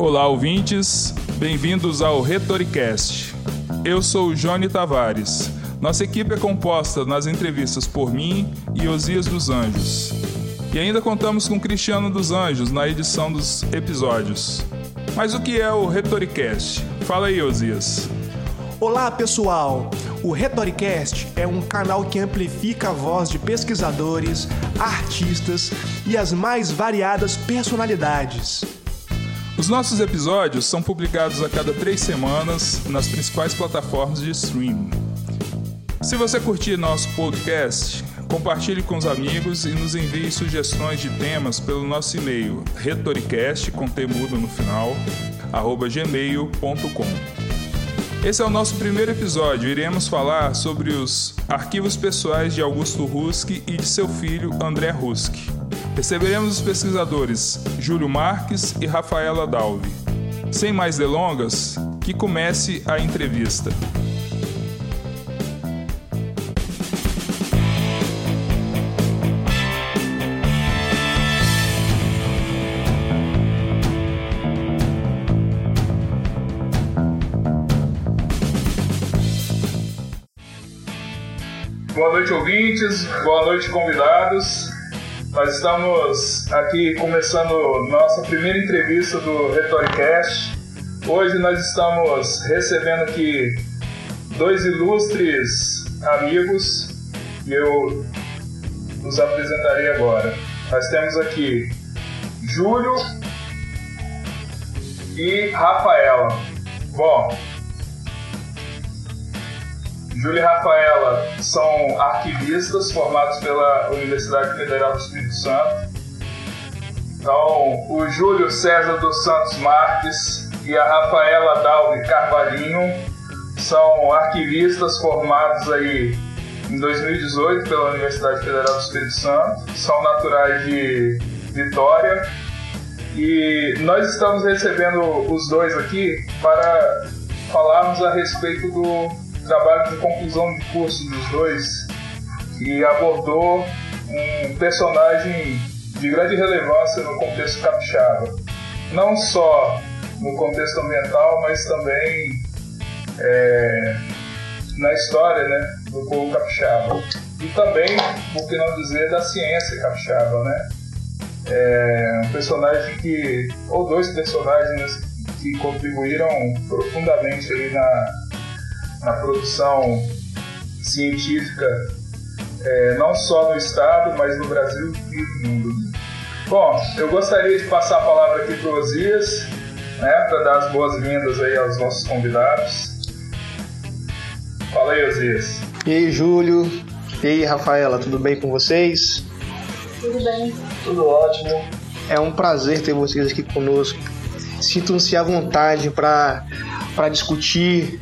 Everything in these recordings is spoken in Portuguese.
Olá, ouvintes, bem-vindos ao Retoricast. Eu sou o Johnny Tavares. Nossa equipe é composta nas entrevistas por mim e Osias dos Anjos. E ainda contamos com Cristiano dos Anjos na edição dos episódios. Mas o que é o Retoricast? Fala aí, Osias. Olá, pessoal! O Retoricast é um canal que amplifica a voz de pesquisadores, artistas e as mais variadas personalidades. Os nossos episódios são publicados a cada 3 semanas nas principais plataformas de streaming. Se você curtir nosso podcast, compartilhe com os amigos e nos envie sugestões de temas pelo nosso e-mail retoricast, com T mudo no final, @gmail.com. Esse é o nosso primeiro episódio. Iremos falar sobre os arquivos pessoais de Augusto Ruski e de seu filho André Ruski. Receberemos os pesquisadores Júlio Marques e Rafaela Dalvi. Sem mais delongas, que comece a entrevista. Boa noite, ouvintes. Boa noite, convidados. Nós estamos aqui começando nossa primeira entrevista do Retoricast. Hoje nós estamos recebendo aqui 2 ilustres amigos e eu os apresentarei agora. Nós temos aqui Júlio e Rafaela. Bom, Júlio e Rafaela são arquivistas formados pela Universidade Federal do Espírito Santo. Então, o Júlio César dos Santos Marques e a Rafaela Dalvi Carvalhinho são arquivistas formados aí em 2018 pela Universidade Federal do Espírito Santo. São naturais de Vitória. E nós estamos recebendo os dois aqui para falarmos a respeito do trabalho de conclusão de curso dos dois, que abordou um personagem de grande relevância no contexto capixaba, não só no contexto ambiental, mas também na história, né, do povo capixaba, e também, por que não dizer, da ciência capixaba, né? Um personagem ou 2 personagens que contribuíram profundamente aí na produção científica, não só no estado, mas no Brasil e no mundo. Bom, eu gostaria de passar a palavra aqui para o Osias, né, para dar as boas-vindas aí aos nossos convidados. Fala aí, Osias. E aí, Júlio? E aí, Rafaela, tudo bem com vocês? Tudo bem. Tudo ótimo. É um prazer ter vocês aqui conosco. Sintam-se à vontade para discutir,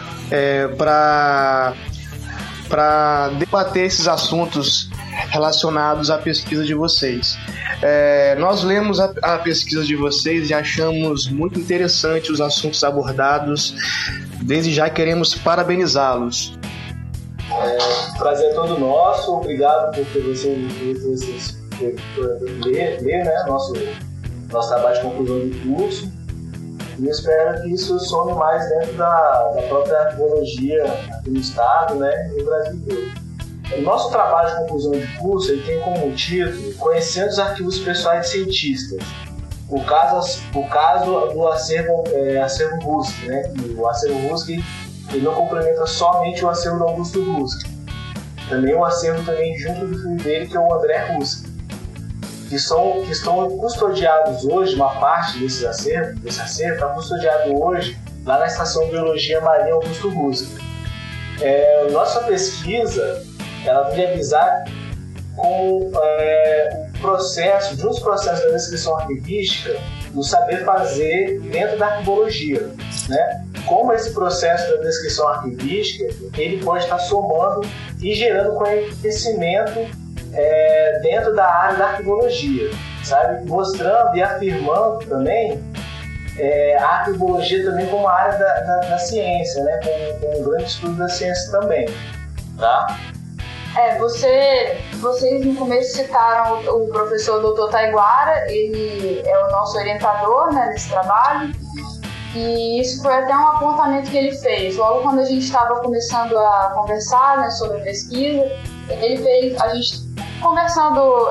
para debater esses assuntos relacionados à pesquisa de vocês. Nós lemos a pesquisa de vocês e achamos muito interessante os assuntos abordados. Desde já queremos parabenizá-los. Prazer é todo nosso. Obrigado por ter vocês ler, né, nosso trabalho de conclusão de curso. E eu espero que isso some mais dentro da própria arqueologia aqui no estado, né, e no Brasil todo. O nosso trabalho de conclusão de curso ele tem como título Conhecendo os Arquivos Pessoais de Cientistas. O caso do acervo Ruski, né? O acervo Ruski ele não complementa somente o acervo do Augusto Ruski. Também o acervo também junto do filho dele, que é o André Ruski. Que estão custodiados hoje, uma parte desse acervo está custodiado hoje lá na Estação de Biologia Marinha Augusto Ruski. Nossa pesquisa ela viabilizar com um processos da descrição arquivística do saber fazer dentro da arquivologia, né? Como esse processo da descrição arquivística ele pode estar somando e gerando conhecimento dentro da área da arquivologia, sabe? Mostrando e afirmando também a arquivologia também como a área da ciência, né? Com um grande estudo da ciência também, tá? Vocês no começo citaram o professor Dr. Taiguara, ele é o nosso orientador, né, nesse trabalho, e isso foi até um apontamento que ele fez. Logo quando a gente estava começando a conversar, né, sobre a pesquisa, ele fez, a gente conversando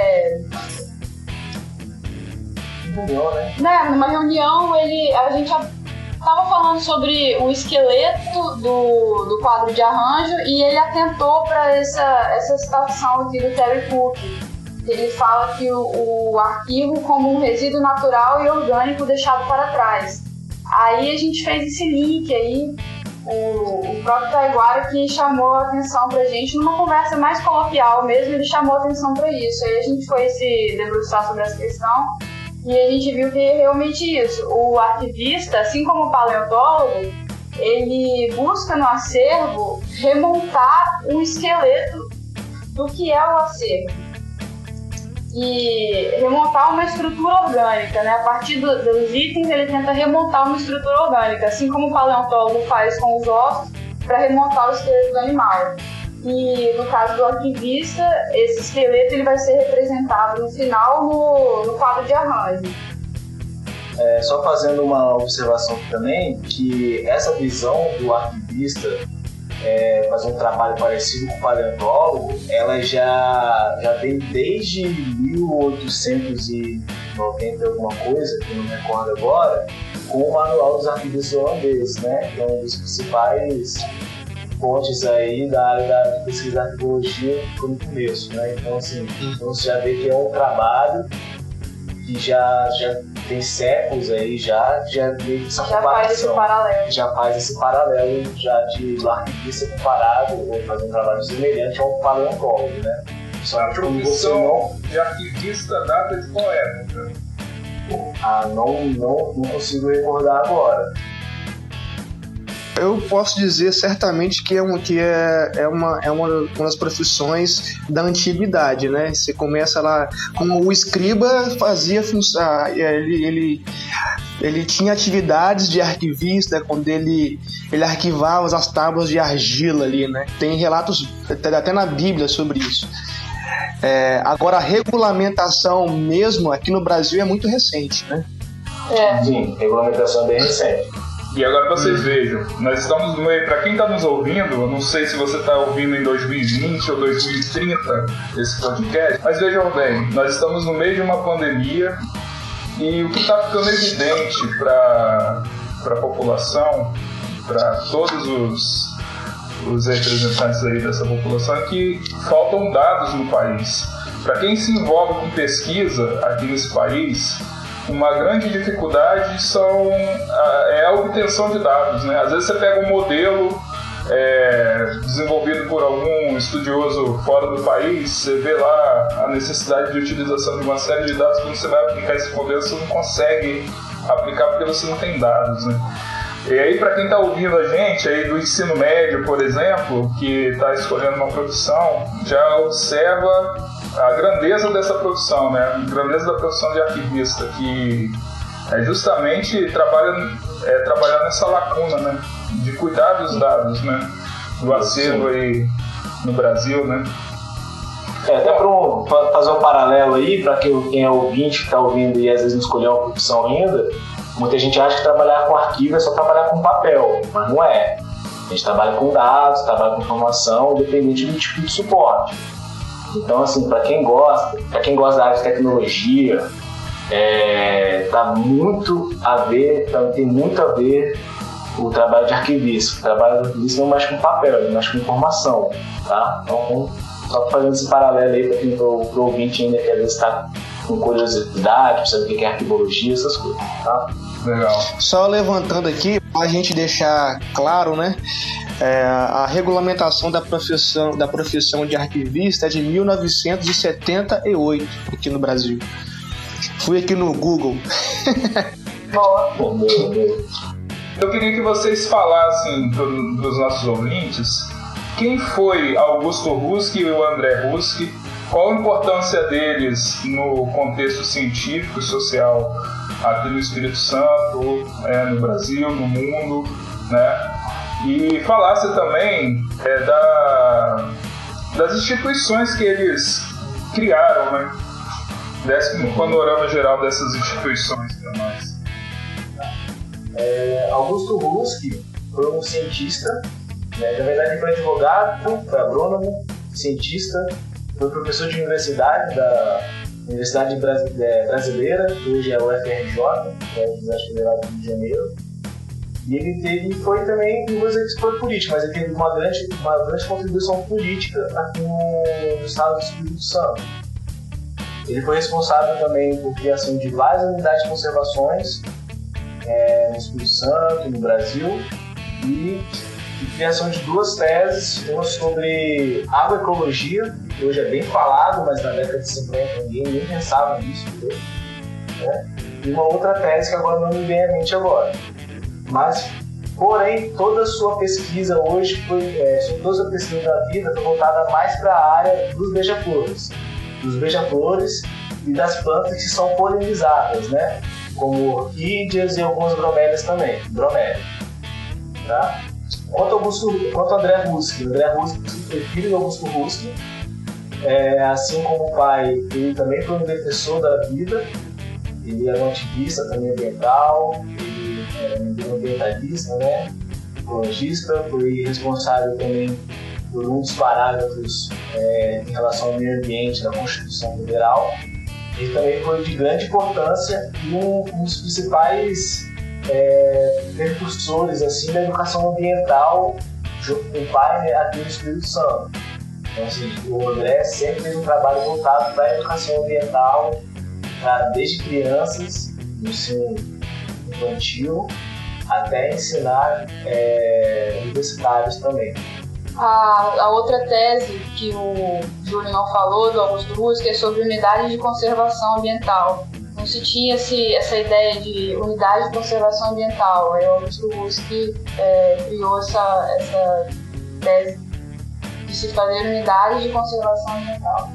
numa reunião, a gente estava falando sobre o esqueleto do quadro de arranjo e ele atentou para essa citação aqui do Terry Cook. Ele fala que o arquivo como um resíduo natural e orgânico deixado para trás. Aí a gente fez esse link aí, o próprio Taiguara que chamou a atenção pra gente, numa conversa mais coloquial mesmo, ele chamou a atenção para isso. Aí a gente foi se debruçar sobre essa questão e a gente viu que é realmente isso. O arquivista, assim como o paleontólogo, ele busca no acervo remontar o esqueleto do que é o acervo e remontar uma estrutura orgânica, né? A partir dos itens ele tenta remontar uma estrutura orgânica, assim como o paleontólogo faz com os ossos para remontar o esqueleto do animal. E no caso do arquivista, esse esqueleto ele vai ser representado no final no quadro de arranjo. Só fazendo uma observação aqui também, que essa visão do arquivista fazer um trabalho parecido com o paleontólogo, ela já vem desde 1890 alguma coisa, que eu não me recordo agora, com o Manual dos Arquivistas Holandeses, né? Que é um dos principais fontes aí da área da pesquisa da arqueologia no começo, né? Então, assim, você já vê que é um trabalho que já tem séculos aí, já meio que essa comparação. Já faz esse paralelo já de arquivista comparado ou fazer um trabalho semelhante a um paleontólogo, né? Só que a profissão de arquivista data de qual época? Não consigo recordar agora. Eu posso dizer certamente que é uma das profissões da antiguidade, né? Você começa lá, como o escriba fazia função, ele tinha atividades de arquivista quando ele arquivava as tábuas de argila ali, né? Tem relatos até na Bíblia sobre isso. Agora a regulamentação mesmo aqui no Brasil é muito recente, né? Sim, a regulamentação é bem recente. E agora vocês vejam, nós estamos no meio, para quem está nos ouvindo, eu não sei se você está ouvindo em 2020 ou 2030 esse podcast, mas vejam bem, nós estamos no meio de uma pandemia e o que está ficando evidente para a população, para todos os representantes aí dessa população, é que faltam dados no país. Para quem se envolve com pesquisa aqui nesse país, uma grande dificuldade é a obtenção de dados, né? Às vezes você pega um modelo desenvolvido por algum estudioso fora do país, você vê lá a necessidade de utilização de uma série de dados. Quando você vai aplicar esse modelo, você não consegue aplicar porque você não tem dados, né? E aí, para quem está ouvindo a gente aí do ensino médio, por exemplo, que está escolhendo uma profissão, já observa a grandeza dessa profissão, né? A grandeza da profissão de arquivista, que é justamente trabalhar nessa lacuna, né? De cuidar dos dados, né? Do acervo aí no Brasil, né? Até para fazer um paralelo aí, para quem é ouvinte que está ouvindo e às vezes não escolheu uma profissão ainda, muita gente acha que trabalhar com arquivo é só trabalhar com papel, mas não é. A gente trabalha com dados, trabalha com informação, independente do tipo de suporte. Então, assim, para quem gosta da área de tecnologia, tem muito a ver o trabalho de arquivista. O trabalho de arquivista não mexe com papel, ele mexe com informação, tá? Então, só fazendo esse paralelo aí para o ouvinte ainda que às vezes está com curiosidade, precisa saber o que é arquivologia, essas coisas, tá? Legal. Só levantando aqui, para a gente deixar claro, né? A regulamentação da profissão de arquivista é de 1978 aqui no Brasil. Fui aqui no Google. Boa. Eu queria que vocês falassem para os nossos ouvintes quem foi Augusto Ruski e o André Ruski, qual a importância deles no contexto científico e social aqui no Espírito Santo, no Brasil, no mundo, né? E falasse também das instituições que eles criaram, né? Desse um panorama geral dessas instituições para nós. Augusto Husk foi um cientista, né? Na verdade ele foi advogado, foi agrônomo, cientista, foi professor de universidade da Universidade Brasileira, que hoje é a UFRJ, que é a Universidade Federal do Rio de Janeiro. E ele foi também, não vou dizer que foi político, mas ele teve uma grande contribuição política aqui no estado do Espírito Santo. Ele foi responsável também por criação de várias unidades de conservações no Espírito Santo, no Brasil, e criação de 2 teses, uma sobre agroecologia, que hoje é bem falado, mas na década de 50 ninguém nem pensava nisso, né? E uma outra tese que agora não me vem à mente agora. Mas, porém, toda a sua pesquisa hoje sobre toda a pesquisa da vida foi voltada mais para a área dos beija-flores e das plantas que são polinizadas, né? Como orquídeas e algumas bromélias também, tá? Quanto a André Husk, foi filho de Augusto Husk, assim como o pai, ele também foi um defensor da vida, ele era um ativista também ambiental, ele era um ambientalista, né? Ecologista, foi responsável também por um dos parágrafos em relação ao meio ambiente da Constituição Federal. Ele também foi de grande importância e um dos principais precursores assim, da educação ambiental junto com o pai, né, aqui no Espírito Santo. Então, assim, o André sempre fez um trabalho voltado para a educação ambiental, desde crianças, no ensino infantil, até ensinar universitários também. A outra tese que o Júlio não falou, do Augusto Husk, é sobre unidade de conservação ambiental. Não se tinha essa ideia de unidade de conservação ambiental. Aí o Augusto Husk criou essa tese de se fazer unidade de conservação ambiental.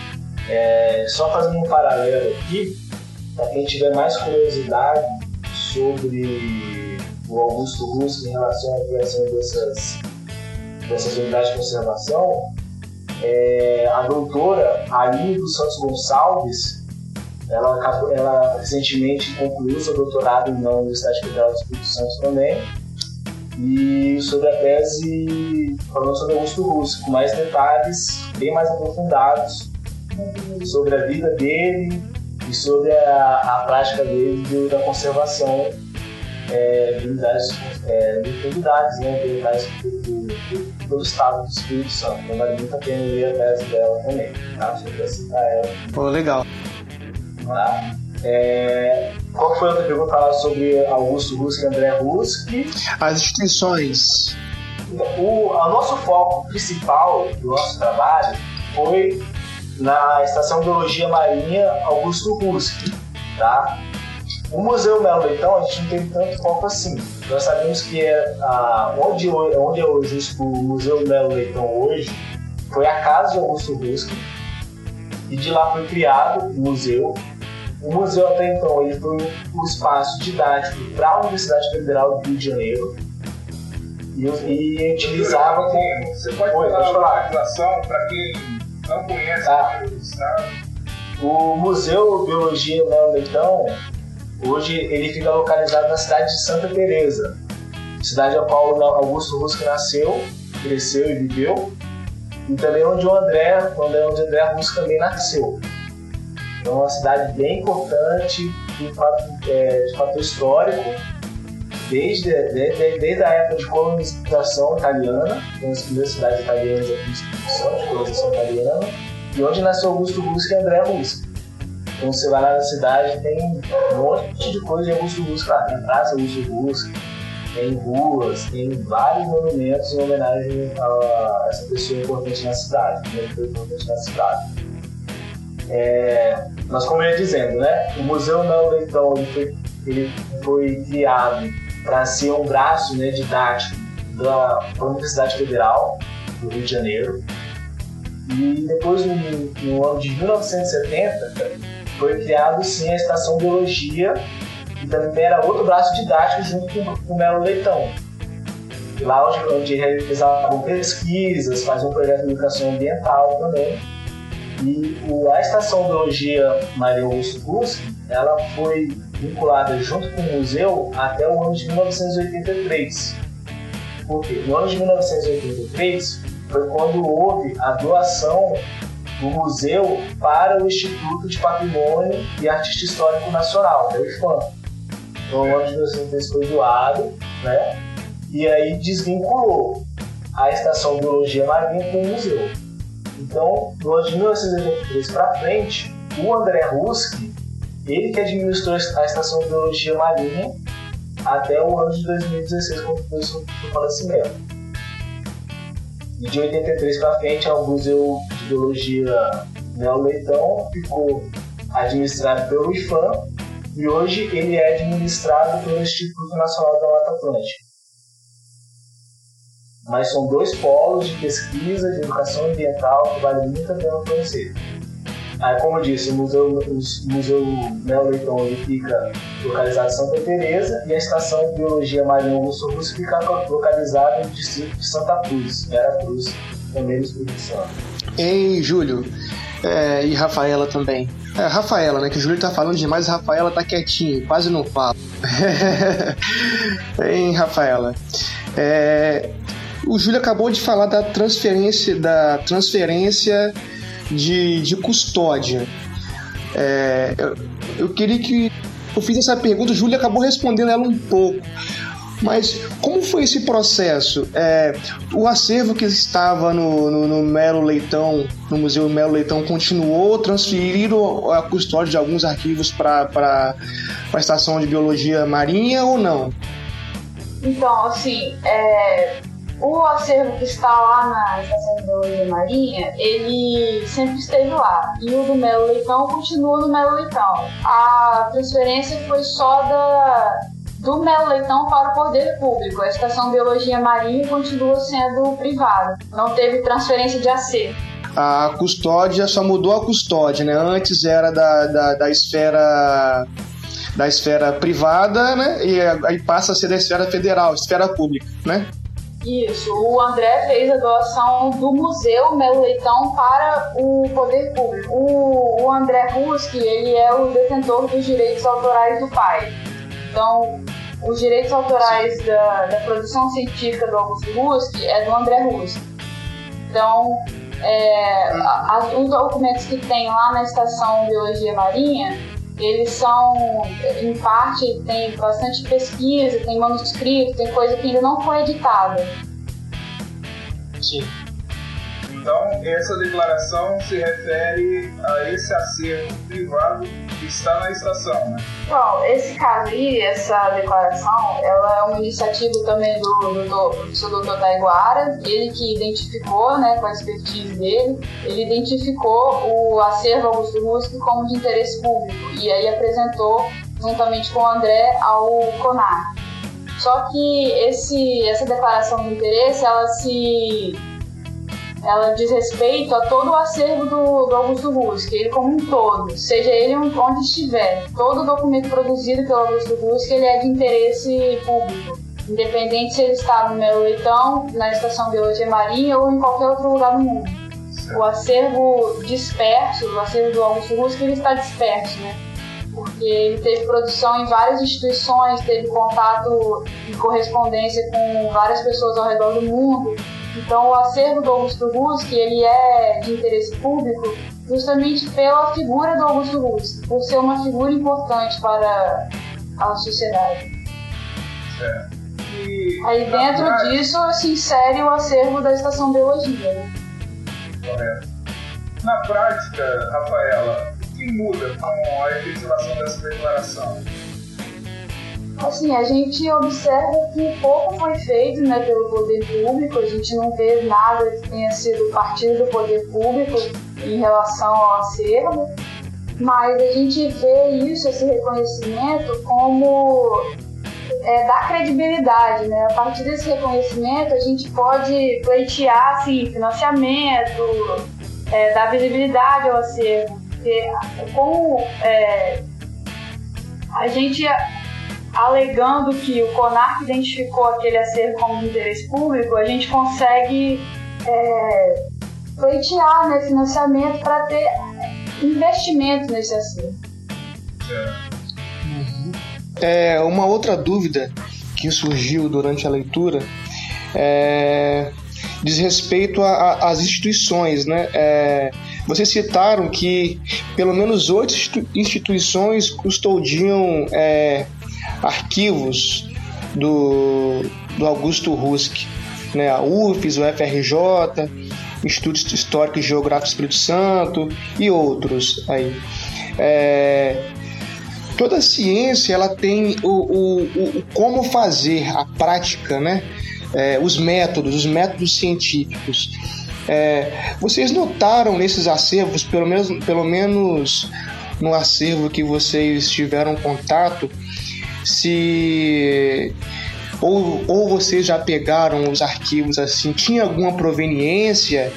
Só fazendo um paralelo aqui, para quem tiver mais curiosidade sobre o Augusto Husk em relação à criação dessas unidades de conservação, a doutora Aline dos Santos Gonçalves, ela recentemente concluiu seu doutorado na Universidade Federal do Espírito Santo também, e sobre a tese falando sobre Augusto Husk, com mais detalhes bem mais aprofundados sobre a vida dele e sobre a prática dele da conservação de unidades ambientais do estado do Espírito Santo. Então vale muito a pena ler a tese dela também, tá? Só para citar ela. Pô, legal. Tá? Qual foi a outra pergunta? Falar sobre Augusto Husk e André Husk. As instituições. O nosso foco principal do nosso trabalho foi na Estação Biologia Marinha Augusto Husk, tá? O Museu Melo Leitão a gente não teve tanto foco assim. Nós sabemos que onde é hoje o Museu Melo Leitão hoje foi a casa de Augusto Husk, e de lá foi criado o museu. O museu até então ele foi um espaço didático para a Universidade Federal do Rio de Janeiro e utilizava como... Você pode falar a localização para quem não conhece o estado? O Museu Biologia Melo Leitão hoje ele fica localizado na cidade de Santa Teresa, cidade a qual Augusto Husk nasceu, cresceu e viveu, e também onde o André Husk também nasceu. Então é uma cidade bem importante, de fato histórico, desde a época de colonização italiana, com as primeiras cidades italianas aqui no Espírito Santo, de colonização italiana, e onde nasceu Augusto Husk e André Husk. Então você vai lá na cidade, tem um monte de coisa de Augusto Husk lá, tem praça Augusto Husk, tem ruas, tem vários monumentos em homenagem a essa pessoa importante na cidade, Mas como eu ia dizendo, né, o Museu Melo Leitão ele foi criado para ser um braço, né, didático da Universidade Federal do Rio de Janeiro, e depois no ano de 1970 foi criado sim a Estação Biologia, que também era outro braço didático junto com o Melo Leitão. lá onde realizavam pesquisas, faziam um projeto de educação ambiental também. E a Estação Biologia Maria Augusto Russki, ela foi vinculada junto com o museu até o ano de 1983. Por quê? No ano de 1983 foi quando houve a doação do museu para o Instituto de Patrimônio e Artista Histórico Nacional, o IFAM. Então, o ano de 1983 foi doado, né? E aí desvinculou a Estação Biologia Marinha com o museu. Então, no ano de 1983 para frente, o André Russki, ele que administrou a Estação Biologia Marinha até o ano de 2016, quando foi o seu falecimento. E de 83 para frente, o Museu de Biologia Melo Leitão ficou administrado pelo IFAM e hoje ele é administrado pelo Instituto Nacional da Mata Atlântica. Mas são dois polos de pesquisa, de educação ambiental que vale muito a pena conhecer. Aí, como eu disse, o Museu Melo Leitão fica localizado em Santa Teresa e a Estação de Biologia Marinha Augusto Russki fica localizada no distrito de Santa Cruz, Veracruz, também no Espírito Santo. Ei, Júlio, e Rafaela também. Rafaela, né? Que o Júlio tá falando demais, a Rafaela tá quietinha, quase não fala. Hein, Rafaela? O Júlio acabou de falar da transferência de custódia. Eu queria que eu fiz essa pergunta, o Júlio acabou respondendo ela um pouco. Mas como foi esse processo? O acervo que estava no Melo Leitão, no Museu Melo Leitão, continuou, transferiram a custódia de alguns arquivos para a Estação de Biologia Marinha ou não? Então, assim, o acervo que está lá na Estação de Biologia Marinha, ele sempre esteve lá. E o do Melo Leitão continua no Melo Leitão. A transferência foi só do Melo Leitão para o poder público. A Estação de Biologia Marinha continua sendo privada. Não teve transferência de acervo. A custódia só mudou a custódia, né? Antes era da esfera privada, né? E aí passa a ser da esfera federal, esfera pública, né? Isso, o André fez a doação do Museu Melo Leitão para o poder público. O André Russki, ele é o detentor dos direitos autorais do pai. Então, os direitos autorais da produção científica do Augusto Russki é do André Russki. Então, os documentos que tem lá na Estação Biologia Marinha, eles são, em parte, tem bastante pesquisa, tem manuscrito, tem coisa que ainda não foi editada. Sim. Então, essa declaração se refere a esse acervo privado que está na estação, né? Bom, esse caso aí, essa declaração, ela é uma iniciativa também do professor Dr. Taiguara, ele que identificou, né, com a expertise dele, ele identificou o acervo Augusto Russki como de interesse público e aí apresentou, juntamente com o André, ao CONAR. Só que essa declaração de interesse, ela diz respeito a todo o acervo do Augusto Russki, ele como um todo, seja ele onde estiver. Todo documento produzido pelo Augusto Russki, ele é de interesse público, independente se ele está no Melo Leitão, na Estação de Biologia Marinha ou em qualquer outro lugar do mundo. O acervo disperso, o acervo do Augusto Russki, ele está disperso, né? Porque ele teve produção em várias instituições, teve contato e correspondência com várias pessoas ao redor do mundo. Então, o acervo do Augusto Russki, ele é de interesse público justamente pela figura do Augusto Russki, por ser uma figura importante para a sociedade. Aí dentro disso se insere o acervo da Estação Biologia. Né? Correto. Na prática, Rafaela, o que muda com a efetivação dessa declaração? Assim, a gente observa que pouco foi feito, né, pelo poder público, a gente não vê nada que tenha sido partido do poder público em relação ao acervo, mas a gente vê isso, esse reconhecimento, como dar credibilidade, né? A partir desse reconhecimento a gente pode pleitear assim, financiamento, dar visibilidade ao acervo, porque como a gente alegando que o CONARC identificou aquele acervo como de interesse público, a gente consegue pleitear, né, financiamento para ter investimento nesse acervo. Uma outra dúvida que surgiu durante a leitura diz respeito às instituições, né? Vocês citaram que pelo menos 8 instituições custodiam arquivos do Augusto Rusk, né? A UFES, o FRJ, Instituto Histórico e Geográfico do Espírito Santo e outros aí. Toda ciência ela tem o como fazer a prática, né? Os métodos científicos. Vocês notaram nesses acervos, pelo menos no acervo que vocês tiveram contato, se ou vocês já pegaram os arquivos assim, tinha alguma proveniência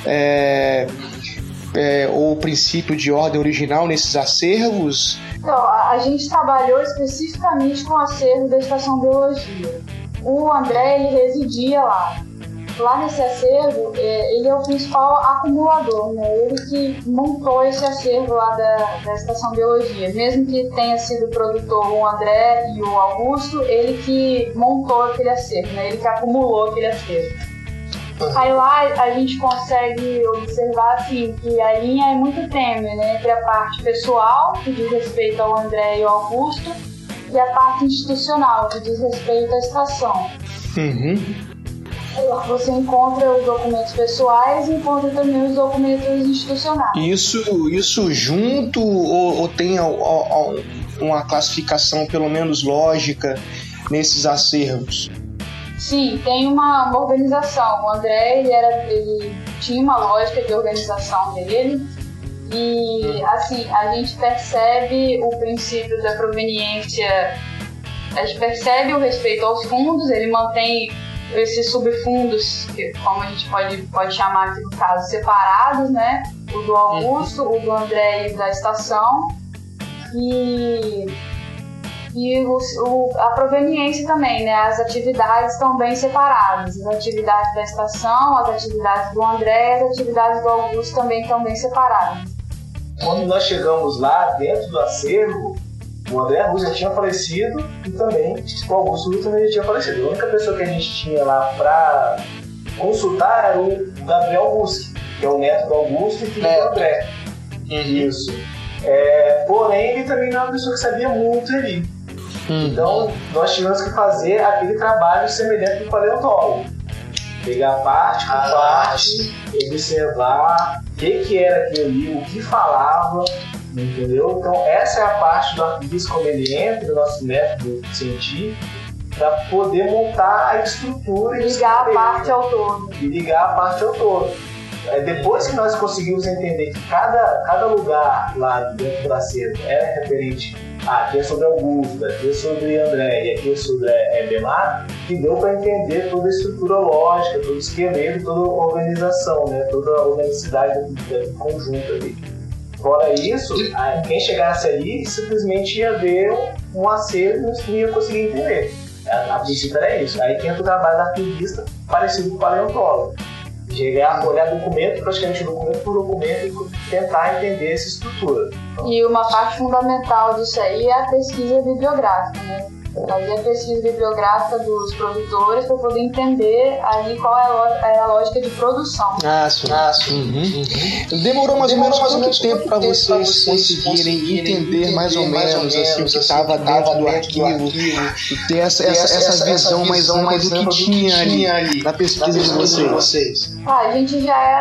ou princípio de ordem original nesses acervos? Então, a gente trabalhou especificamente com o acervo da Estação Biologia. O André, ele residia lá. Lá nesse acervo, ele é o principal acumulador, né? Ele que montou esse acervo lá da Estação Biologia. Mesmo que tenha sido produtor o André e o Augusto, ele que montou aquele acervo, né? Ele que acumulou aquele acervo. Aí lá a gente consegue observar assim, que a linha é muito tênue, né? Entre a parte pessoal, que diz respeito ao André e ao Augusto, e a parte institucional, que diz respeito à estação. Você encontra os documentos pessoais e encontra também os documentos institucionais. Isso junto ou tem uma classificação pelo menos lógica nesses acervos? Sim, tem uma organização. O André ele tinha uma lógica de organização dele e assim, a gente percebe o princípio da proveniência, a gente percebe o respeito aos fundos, ele mantém esses subfundos, como a gente pode chamar aqui no caso, separados, né? O do Augusto, o do André e da estação. E a proveniência também, né? As atividades estão bem separadas. As atividades da estação, as atividades do André e as atividades do Augusto também estão bem separadas. Quando nós chegamos lá, dentro do acervo, o André Russo já tinha falecido e também o Augusto Russo também já tinha falecido. A única pessoa que a gente tinha lá para consultar era o Gabriel Russo, que é o neto do Augusto e filho do André. Isso. Porém, ele também não é uma pessoa que sabia muito ali. Então, nós tivemos que fazer aquele trabalho semelhante do paleontólogo. Pegar parte por parte, observar o que era aquilo ali, o que falava, entendeu? Então, essa é a parte do arquivista conveniente, do nosso método científico, para poder montar a estrutura e ligar a parte ao todo. E ligar a parte ao todo. Depois que nós conseguimos entender que cada lugar lá dentro do acervo é referente, aqui é sobre Augusto, aqui é sobre André e aqui é sobre Bemar, que deu para entender toda a estrutura lógica, todo o esqueleto, toda a organização, né? Toda a organicidade do conjunto ali. Fora isso, quem chegasse ali simplesmente ia ver um acervo e não ia conseguir entender. A princípio era isso. Aí tem o trabalho da arquivista parecido com o paleontólogo. Chegar a olhar praticamente documento por documento e tentar entender essa estrutura. E uma parte fundamental disso aí é a pesquisa bibliográfica, né? Fazer a pesquisa bibliográfica dos produtores para poder entender ali qual é a lógica de produção. Demorou mais ou menos quanto tempo para vocês conseguirem entender mais ou menos assim, o que estava dentro do arquivo e ter essa visão mais ampla do que tinha ali na pesquisa de vocês? A gente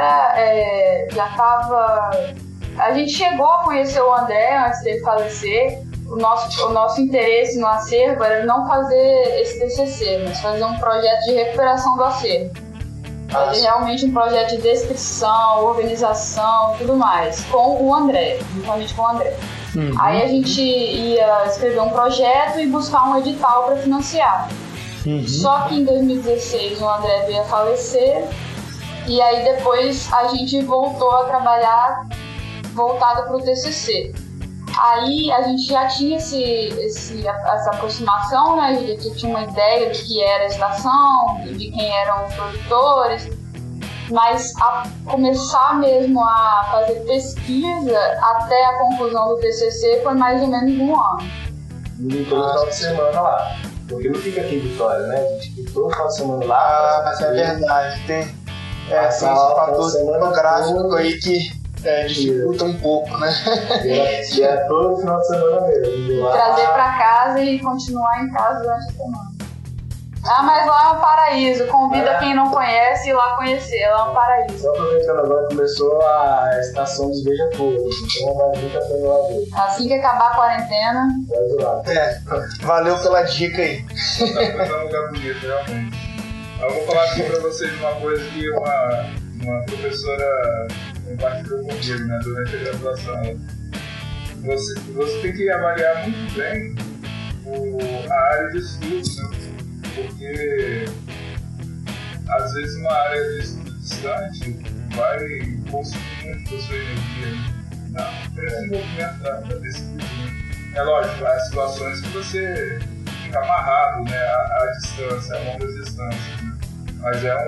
a gente chegou a conhecer o André antes dele falecer. O nosso interesse no acervo era não fazer esse TCC, mas fazer um projeto de recuperação do acervo. Fazer realmente um projeto de descrição, organização e tudo mais, com o André, juntamente com o André. Aí a gente ia escrever um projeto e buscar um edital para financiar. Só que em 2016 o André veio a falecer e aí depois a gente voltou a trabalhar voltado para o TCC. Aí a gente já tinha essa aproximação, né? A gente tinha uma ideia do que era a estação, de quem eram os produtores, mas a começar mesmo a fazer pesquisa até a conclusão do TCC foi mais ou menos um ano. E todo final de semana lá, porque não fica aqui em Vitória, né? A gente fica todo final de semana lá. Mas é verdade, tem esse fator geográfico aí que dificulta um pouco, né? E é todo final de semana mesmo. Trazer pra casa e continuar em casa durante a semana. Mas lá é um paraíso. Convida quem não conhece ir lá conhecer. Lá é um paraíso. Só aproveitando agora, começou a estação dos Beija-Flores. Então vale muito a pena lá ver. Assim que acabar a quarentena. Vai lá. Valeu pela dica aí. Tá um lugar bonito, realmente. Eu vou falar aqui pra vocês uma coisa que uma professora compartilhou comigo, né, durante a graduação. Você tem que avaliar muito bem a área de estudo, né? Porque às vezes uma área de estudo distante vai consumir muito da sua energia no desenvolvimento da pesquisa. É lógico, há situações que você fica amarrado, né, à distância, a longas distâncias, né? Mas é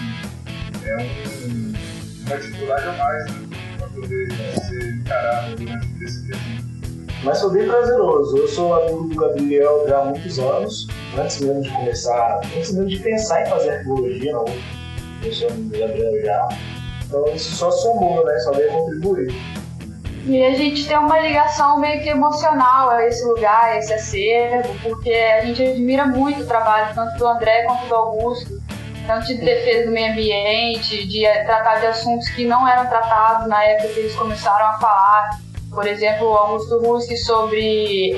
uma dificuldade a mais, né, para poder ser encarado durante esse período. Mas foi bem prazeroso. Eu sou amigo do Gabriel já há muitos anos, antes mesmo de pensar em fazer arqueologia, não. Eu sou amigo do Gabriel já. Então isso só somou, né? Só veio contribuir. E a gente tem uma ligação meio que emocional a esse lugar, a esse acervo, porque a gente admira muito o trabalho, tanto do André quanto do Augusto, tanto de defesa do meio ambiente, de tratar de assuntos que não eram tratados na época que eles começaram a falar. Por exemplo, o Augusto Ruski sobre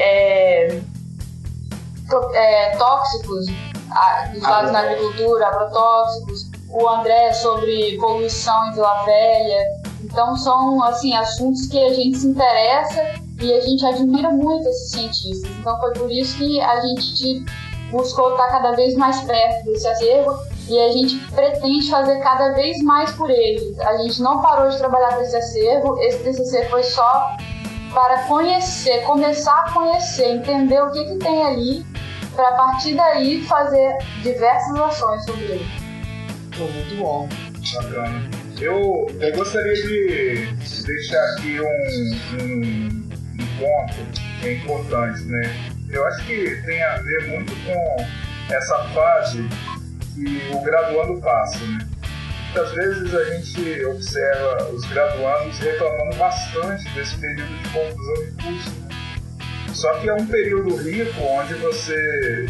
tóxicos usados na agricultura, agrotóxicos. O André sobre poluição em Vila Velha. Então são assim, assuntos que a gente se interessa e a gente admira muito esses cientistas. Então foi por isso que a gente buscou estar cada vez mais perto desse acervo e a gente pretende fazer cada vez mais por ele. A gente não parou de trabalhar nesse acervo, esse TCC foi só para conhecer, começar a conhecer, entender o que tem ali, para a partir daí fazer diversas ações sobre ele. Muito bom. Bacana. Eu gostaria de deixar aqui um ponto que é importante, né? Eu acho que tem a ver muito com essa fase que o graduando passa, né? Muitas vezes a gente observa os graduandos reclamando bastante desse período de conclusão de curso, né? Só que é um período rico onde você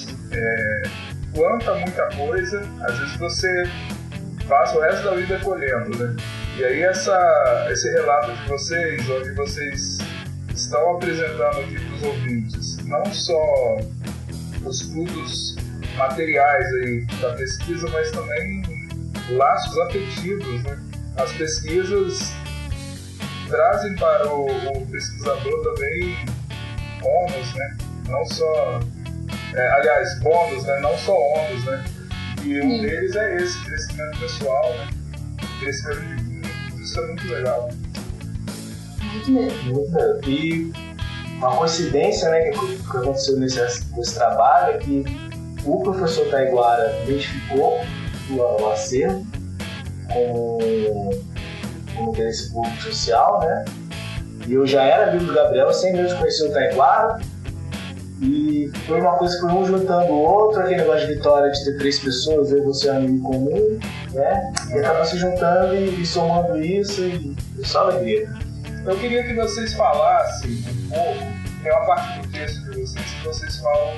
planta muita coisa, às vezes você passa o resto da vida colhendo, né? E aí esse relato de vocês, onde vocês estão apresentando aqui para os ouvintes, não só os frutos materiais aí da pesquisa, mas também laços afetivos, né? As pesquisas trazem para o pesquisador também ônus, né? Não só... bônus, né? Não só ônus, né? E um deles é esse, crescimento pessoal, né? Crescimento de vida. Isso é muito legal. Muito mesmo. E uma coincidência, né, que aconteceu nesse trabalho é que o professor Taiguara identificou o acervo como interesse público social, né? E eu já era amigo do Gabriel, sem mesmo conhecer o Taiguara. E foi uma coisa que foi um juntando o outro, aquele negócio de Vitória de ter 3 pessoas, eu e você é um amigo comum, né? E acabou se juntando e somando isso e só alegria. Eu queria que vocês falassem um pouco, tem uma parte do texto de vocês que vocês falam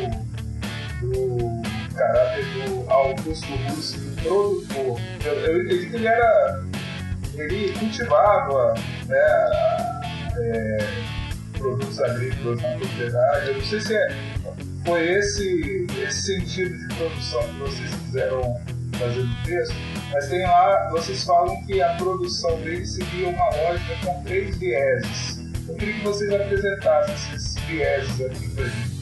do caráter do Augusto Ruski, produtor. Eu entendi que ele cultivava, né, produtos agrícolas na propriedade. Eu não sei se foi esse sentido de produção que vocês quiseram fazer no texto, mas tem lá, vocês falam que a produção dele seguia uma lógica com 3 vieses. Eu queria que vocês apresentassem esses vieses aqui pra gente.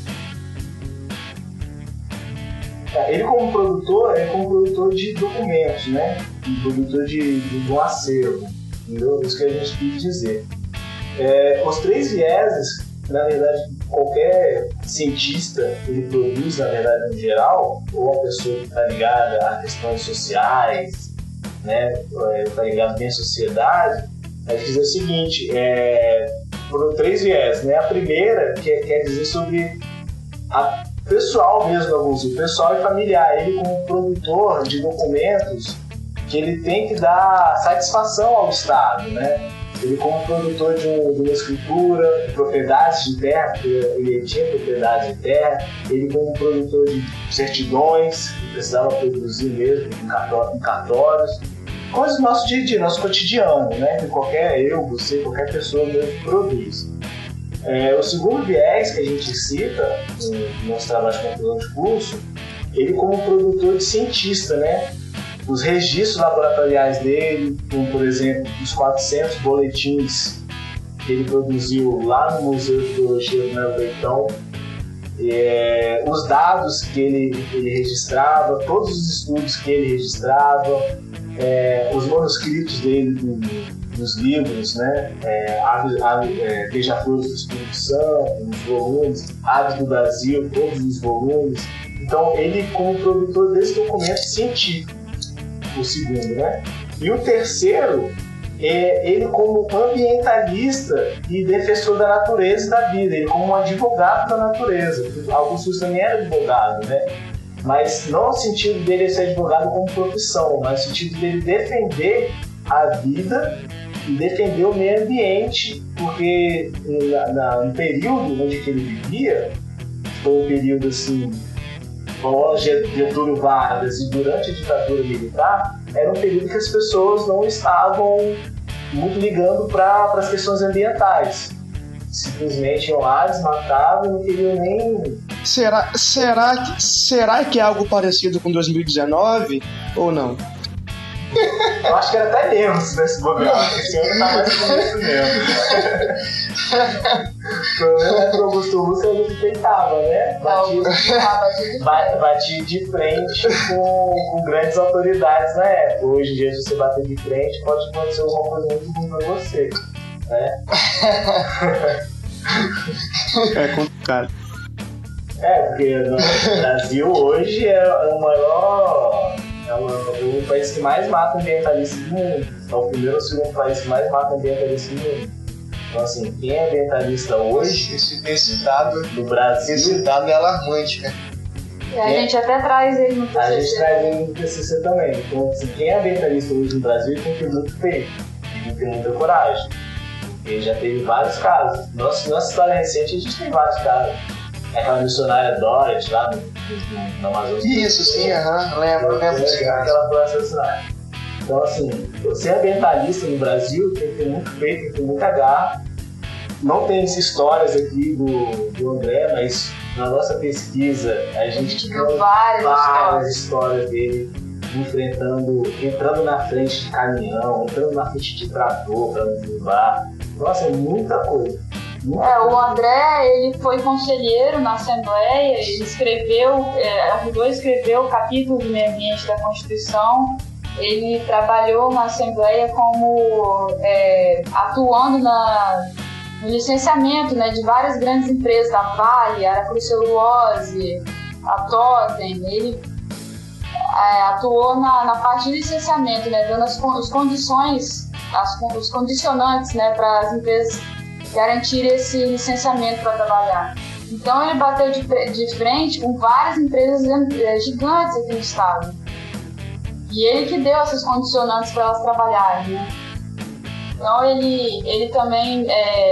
Ele como produtor de documentos, né? Produtor de um acervo, entendeu? Isso que a gente quis dizer. Os 3 vieses, na verdade, qualquer cientista, ele produz, na verdade, no geral, ou uma pessoa que está ligada a questões sociais, né, está ligada bem à sociedade, a gente diz o seguinte, foram 3 vieses, né? A primeira quer dizer sobre a pessoal mesmo, o pessoal e familiar, ele como produtor de documentos que ele tem que dar satisfação ao Estado, né? Ele como produtor de uma escritura, de propriedades de terra, porque ele tinha propriedade de terra, ele como produtor de certidões, que precisava produzir mesmo em cartórios, coisas do nosso dia a dia, nosso cotidiano, né? Que você, qualquer pessoa mesmo produz. O segundo viés que a gente cita no nosso trabalho de conclusão de curso, ele como produtor de cientista, né? Os registros laboratoriais dele, como por exemplo os 400 boletins que ele produziu lá no Museu de Biologia do Melo Leitão, os dados que ele registrava, todos os estudos que ele registrava, os manuscritos dele dos livros, né? Beija-Flores do Espírito Santo, os volumes, Aves do Brasil, todos os volumes. Então ele como produtor desse documento científico, o segundo, né? E o terceiro, ele como ambientalista e defensor da natureza e da vida, ele como um advogado da natureza. Augusto também era advogado, né? Mas não no sentido dele ser advogado como profissão, mas no sentido dele defender a vida e defender o meio ambiente, porque no período onde ele vivia, foi um período assim, Getúlio Vargas e durante a ditadura militar, era um período que as pessoas não estavam muito ligando para as questões ambientais. Simplesmente iam lá, desmatavam e não queriam nem... Será que é algo parecido com 2019 ou não? Eu acho que era até menos nesse momento. Esse ano tá mais ou menos mesmo. O problema é que o Augusto peitava, né? Batia de frente com grandes autoridades na época. Hoje em dia, se você bater de frente, pode acontecer alguma coisa muito ruim pra você, né? É complicado. Porque o Brasil hoje é o maior... É o país que mais mata ambientalistas do mundo. É o primeiro ou segundo país que mais mata ambientalistas do mundo. Então, assim, quem é ambientalista hoje, esse dado do Brasil... Esse dado é alarmante, né? E a gente até traz ele no TCC. A gente traz ele no TCC também. Então, assim, quem é ambientalista hoje no Brasil tem que ter muito peito, tem que ter muita coragem. Porque já teve vários casos. Nossa história recente, a gente tem vários casos. Aquela missionária Dorothy lá no Amazonas. Isso, sim, lembro. Aquela foi assassinada. Então, assim, ser ambientalista no Brasil tem que ter muito peito, tem que ter muita garra. Não tem histórias aqui do André, mas na nossa pesquisa a gente viu várias histórias dele entrando na frente de caminhão, entrando na frente de trator para derrubar. Nossa, é muita coisa. O André, ele foi conselheiro na Assembleia, ele ajudou a escrever o capítulo do meio ambiente da Constituição. Ele trabalhou na Assembleia como atuando no licenciamento, né, de várias grandes empresas, da Vale, Aracruz Celulose, a Totem. Ele atuou na parte de licenciamento, né, dando as condições, os condicionantes, né, para as empresas garantir esse licenciamento para trabalhar. Então ele bateu de frente com várias empresas gigantes aqui no estado. E ele que deu essas condicionantes para elas trabalharem, né? Então ele também,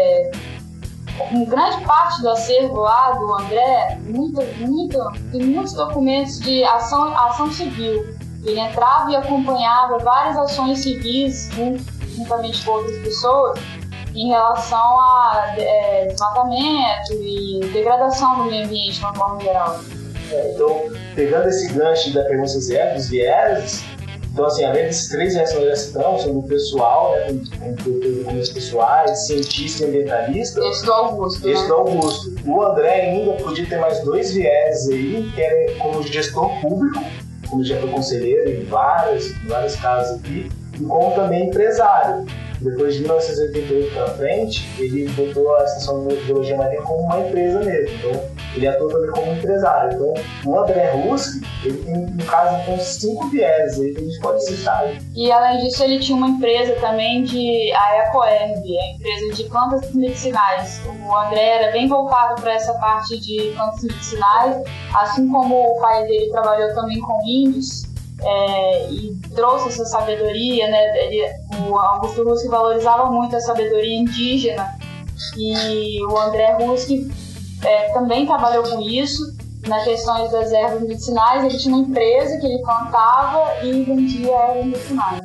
em grande parte do acervo lá do André, tem muitos documentos de ação civil. Ele entrava e acompanhava várias ações civis, juntamente com outras pessoas, em relação a desmatamento e degradação do meio ambiente de uma forma geral. Então, pegando esse gancho da pergunta dos vieses, então, assim, além desses 3 viés que nós já citamos, sobre o pessoal, né, com documentos pessoais, cientista e ambientalista. Esse do Augusto. O André ainda podia ter mais 2 vieses aí, que era como gestor público, como já foi conselheiro em vários casos aqui, e como também empresário. depois de 1988 para frente, ele botou a Estação de Biologia Marinha como uma empresa mesmo. Então, ele atua também como empresário. Então, o André Ruski, ele tem um caso com 5 vieses aí que a gente pode citar. E além disso, ele tinha uma empresa também a Ecoerb, a empresa de plantas medicinais. O André era bem voltado para essa parte de plantas medicinais, assim como o pai dele trabalhou também com índios. E trouxe essa sabedoria, né? O Augusto Ruski valorizava muito a sabedoria indígena, e o André Ruski também trabalhou com isso, nas questões das ervas medicinais. Ele tinha uma empresa que ele plantava e vendia ervas medicinais.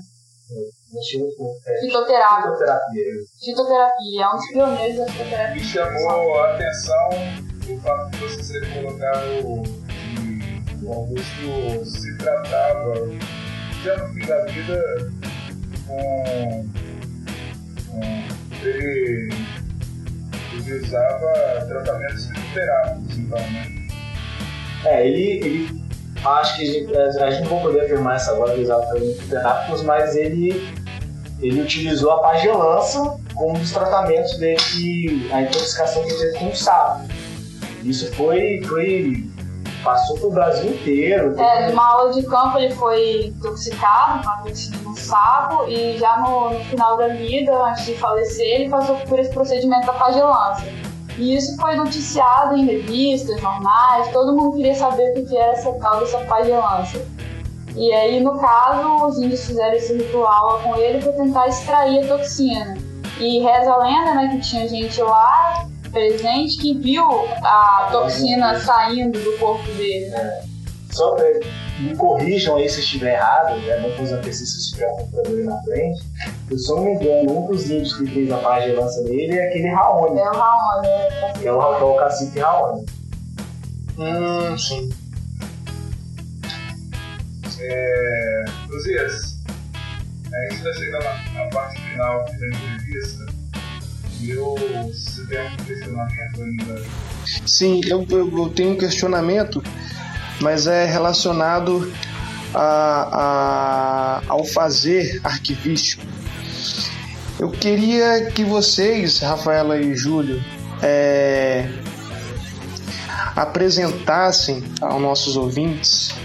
Fitoterapia, é um dos pioneiros da fitoterapia. Me chamou a atenção o fato de você ter colocado o Augusto se tratava já no fim da vida ele usava tratamentos fitoterápicos, então, né? Ele acho que a gente não vai poder afirmar isso agora, ele usava tratamentos fitoterápicos, mas ele utilizou a pagelança como um dos tratamentos dele, a intoxicação que ele teve com o sapo. Isso passou pro Brasil inteiro. Numa aula de campo ele foi intoxicado com a toxina do sapo, e já no final da vida, antes de falecer, ele passou por esse procedimento da pagelança. E isso foi noticiado em revistas, jornais, todo mundo queria saber o que era essa tal dessa pagelança. E aí, no caso, os índios fizeram esse ritual com ele para tentar extrair a toxina. E reza a lenda, né, que tinha gente lá presente que viu a toxina saindo do corpo dele. Só me corrijam aí se eu estiver errado, né? Não pus a pesquisa se estiver com computador aí na frente. Eu só não me engano, um dos índios que fez a pagelança dele é aquele Raoni. É o Raoni, é o cacique Raoni. Sim. Luzias, a gente está chegando na parte final da entrevista. Você tem um questionamento ainda? Sim, eu tenho um questionamento, mas é relacionado ao fazer arquivístico. Eu queria que vocês, Rafaela e Júlio, apresentassem aos nossos ouvintes,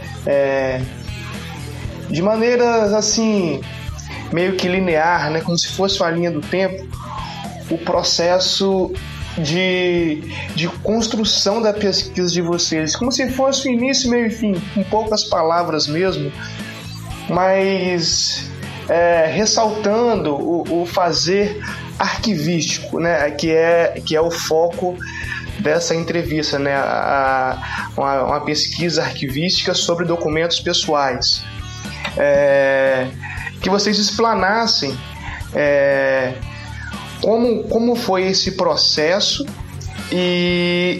de maneira assim, meio que linear, né, como se fosse uma linha do tempo, o processo de construção da pesquisa de vocês, como se fosse o início, meio e fim, com poucas palavras mesmo, mas ressaltando o fazer arquivístico, né, que é o foco dessa entrevista, né, uma pesquisa arquivística sobre documentos pessoais. Que vocês explanassem como foi esse processo e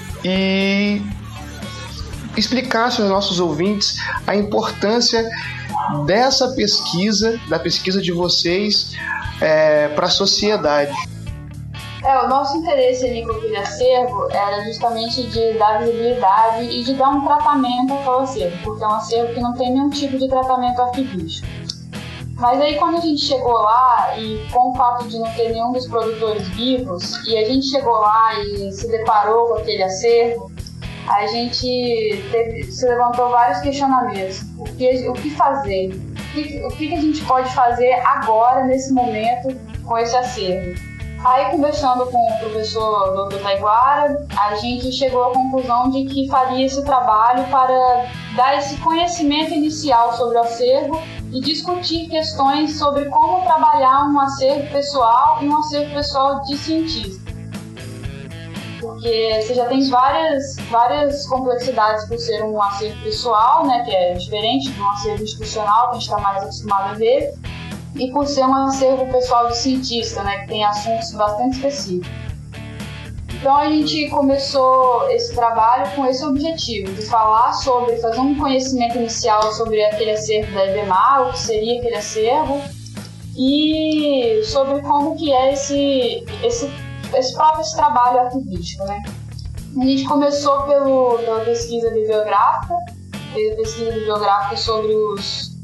explicasse aos nossos ouvintes a importância dessa pesquisa, da pesquisa de vocês para a sociedade. O nosso interesse ali com aquele acervo era justamente de dar visibilidade e de dar um tratamento ao acervo, porque é um acervo que não tem nenhum tipo de tratamento arquivístico. Mas aí quando a gente chegou lá, e com o fato de não ter nenhum dos produtores vivos, e a gente chegou lá e se deparou com aquele acervo, a gente se levantou vários questionamentos. O que fazer? O que a gente pode fazer agora, nesse momento, com esse acervo? Aí, conversando com o professor Dr. Taiguara, a gente chegou à conclusão de que faria esse trabalho para dar esse conhecimento inicial sobre o acervo e discutir questões sobre como trabalhar um acervo pessoal e um acervo pessoal de cientista. Porque você já tem várias complexidades por ser um acervo pessoal, né, que é diferente de um acervo institucional, que a gente está mais acostumado a ver, e por ser um acervo pessoal de cientista, né, que tem assuntos bastante específicos. Então a gente começou esse trabalho com esse objetivo, de falar sobre, fazer um conhecimento inicial sobre aquele acervo da IBEMAR, o que seria aquele acervo, e sobre como que é esse próprio trabalho arquivístico, né. A gente começou pela pesquisa bibliográfica, sobre os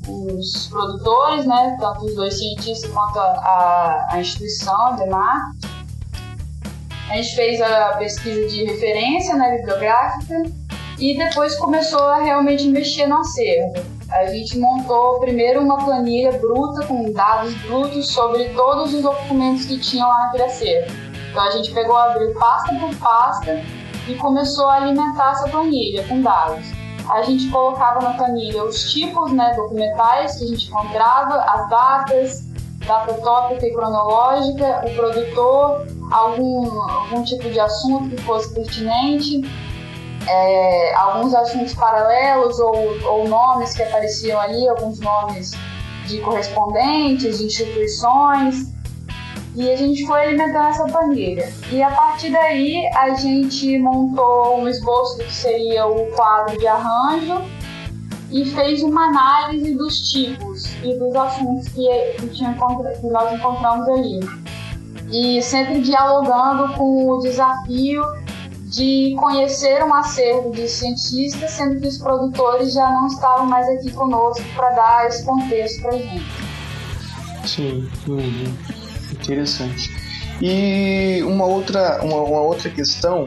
os produtores, né, tanto os dois cientistas quanto a instituição, a IBEMAR. A gente fez a pesquisa de referência, né, bibliográfica, e depois começou a realmente mexer no acervo. A gente montou primeiro uma planilha bruta, com dados brutos sobre todos os documentos que tinham lá naquele acervo. Então a gente abriu pasta por pasta e começou a alimentar essa planilha com dados. A gente colocava na planilha os tipos, né, documentais que a gente encontrava, as datas, data tópica e cronológica, o produtor, algum tipo de assunto que fosse pertinente, alguns assuntos paralelos ou nomes que apareciam ali, alguns nomes de correspondentes, de instituições, e a gente foi alimentando essa planilha. E a partir daí a gente montou um esboço do que seria o quadro de arranjo e fez uma análise dos tipos e dos assuntos que nós encontramos ali. E sempre dialogando com o desafio de conhecer um acervo de cientistas, sendo que os produtores já não estavam mais aqui conosco para dar esse contexto para a gente. Sim, interessante. E uma outra questão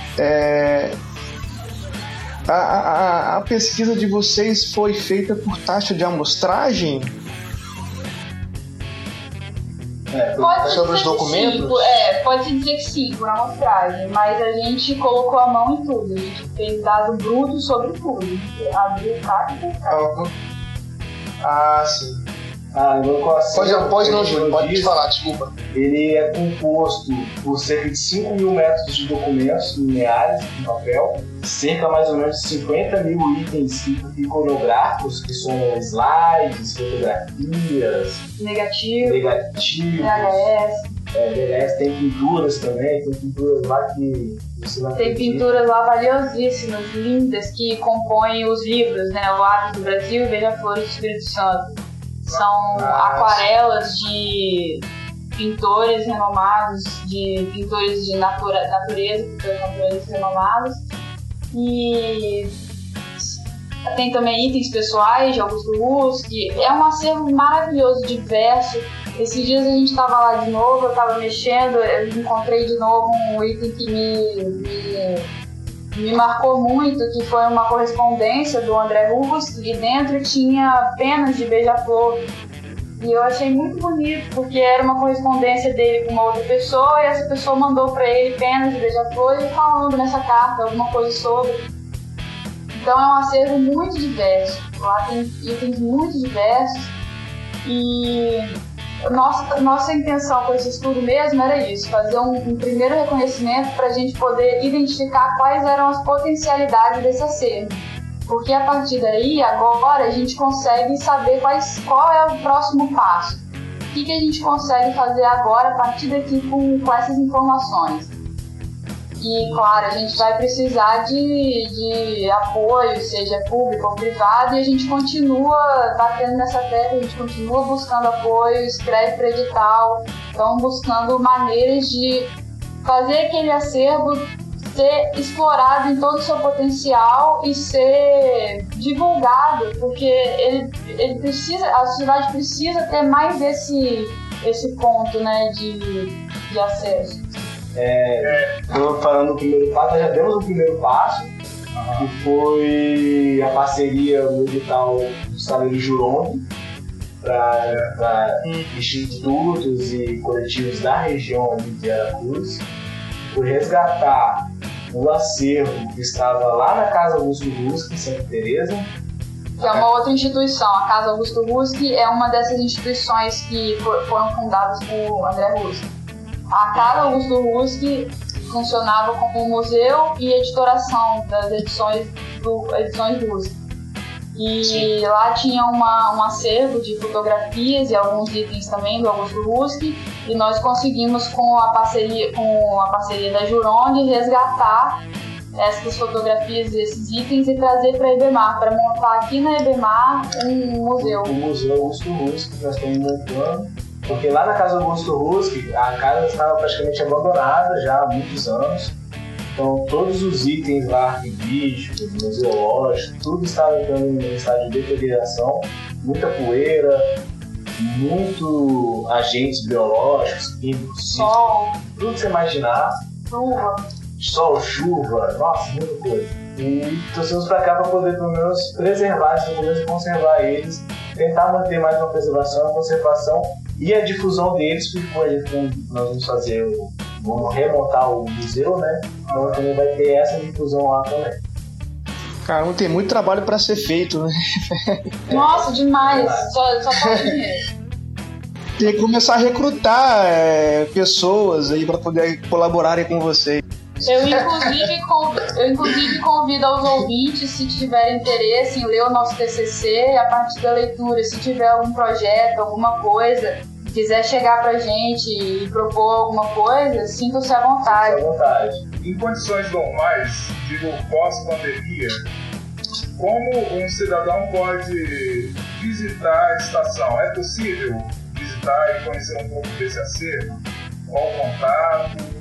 a pesquisa de vocês foi feita por taxa de amostragem? Sobre os documentos? Pode dizer que sim, por amostragem, mas a gente colocou a mão em tudo, a gente fez dado bruto sobre tudo, abriu prática. Sim. Pode falar, desculpa. Ele é composto por cerca de 5 mil metros de documentos lineares em papel, cerca mais ou menos de 50 mil itens iconográficos, que são slides, fotografias, negativos, VHS, tem pinturas também, tem pinturas lá que você não tem pinturas lá valiosíssimas, lindas, que compõem os livros, né? O Aves do Brasil e Beija-Flores do Espírito Santo. São aquarelas de pintores renomados, de pintores de natureza, pintores naturalistas renomados. E tem também itens pessoais de Augusto Husk. É um acervo maravilhoso, diverso. Esses dias a gente estava lá de novo, eu estava mexendo, eu encontrei de novo um item que me marcou muito, que foi uma correspondência do André Husk, e dentro tinha penas de beija-flor. E eu achei muito bonito, porque era uma correspondência dele com uma outra pessoa, e essa pessoa mandou para ele penas de beija-flor e falando nessa carta alguma coisa sobre. Então é um acervo muito diverso, lá tem itens muito diversos, e nossa intenção com esse estudo mesmo era isso, fazer um primeiro reconhecimento para a gente poder identificar quais eram as potencialidades desse acervo. Porque a partir daí, agora, a gente consegue saber qual é o próximo passo. O que a gente consegue fazer agora a partir daqui com essas informações. E, claro, a gente vai precisar de apoio, seja público ou privado, e a gente continua batendo nessa tecla, a gente continua buscando apoio, escreve para edital, então buscando maneiras de fazer aquele acervo ser explorado em todo o seu potencial e ser divulgado, porque ele precisa, a sociedade precisa ter mais esse ponto, né, de acesso. Falando do primeiro passo, nós já demos o primeiro passo, que foi a parceria no edital do Estaleiro Juronde para institutos e coletivos da região de Aracruz, por resgatar o acervo que estava lá na Casa Augusto Husk, em Santa Teresa. Que é uma outra instituição. A Casa Augusto Husk é uma dessas instituições que foram fundadas por André Husk. A Casa Augusto Husk funcionava como museu e editoração das edições Husk. E sim, lá tinha um acervo de fotografias e alguns itens também do Augusto Husk, e nós conseguimos, com a parceria da Juronde, resgatar essas fotografias e esses itens e trazer para a IBEMAR, para montar aqui na IBEMAR um museu. O Museu Augusto Husk que nós estamos montando, porque lá na Casa Augusto Husk a casa estava praticamente abandonada já há muitos anos. Então, todos os itens lá, arquivísticos, museológicos, tudo estava entrando em estado de deterioração, muita poeira, muito agentes biológicos, químicos, Sol, tudo que você imaginar, chuva. sol, chuva, nossa, muita coisa. E trouxemos para cá para poder pelo menos preservar esses modelos e conservar eles, tentar manter mais uma preservação, uma conservação e a difusão deles, porque nós vamos fazer, vamos remontar o museu, né? Então também vai ter essa difusão lá também. Caramba, tem muito trabalho para ser feito, né? Nossa, demais. Só falta dinheiro. Tem que começar a recrutar pessoas aí para poder colaborarem com vocês. Eu inclusive convido aos ouvintes, se tiverem interesse em ler o nosso TCC, a partir da leitura, se tiver algum projeto, alguma coisa, quiser chegar pra gente e propor alguma coisa, sinta-se à vontade. Sinta-se à vontade. Em condições normais, digo pós-pandemia, como um cidadão pode visitar a estação? É possível visitar e conhecer um pouco desse acervo? Qual o contato?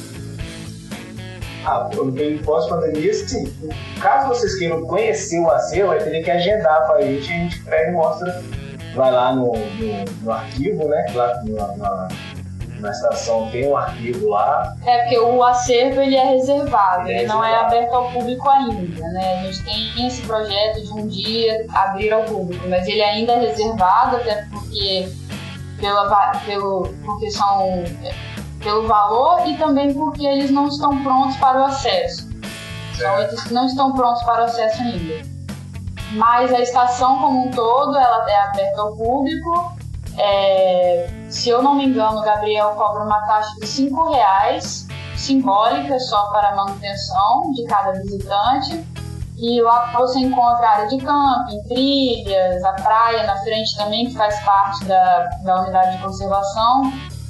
No pós-pandemia, sim. Caso vocês queiram conhecer o acervo, vai ter que agendar para a gente pega e mostra, vai lá no arquivo, né? Lá na estação tem um arquivo lá. Porque o acervo ele é reservado, ele não é aberto ao público ainda, né? A gente tem esse projeto de um dia abrir ao público, mas ele ainda é reservado, até porque pelo valor e também porque eles não estão prontos para o acesso. Então, eles não estão prontos para o acesso ainda. Mas a estação como um todo, ela é aberta ao público. Se eu não me engano, o Gabriel cobra uma taxa de R$5, simbólica, só para a manutenção de cada visitante. E lá você encontra área de camping, trilhas, a praia na frente também, que faz parte da unidade de conservação.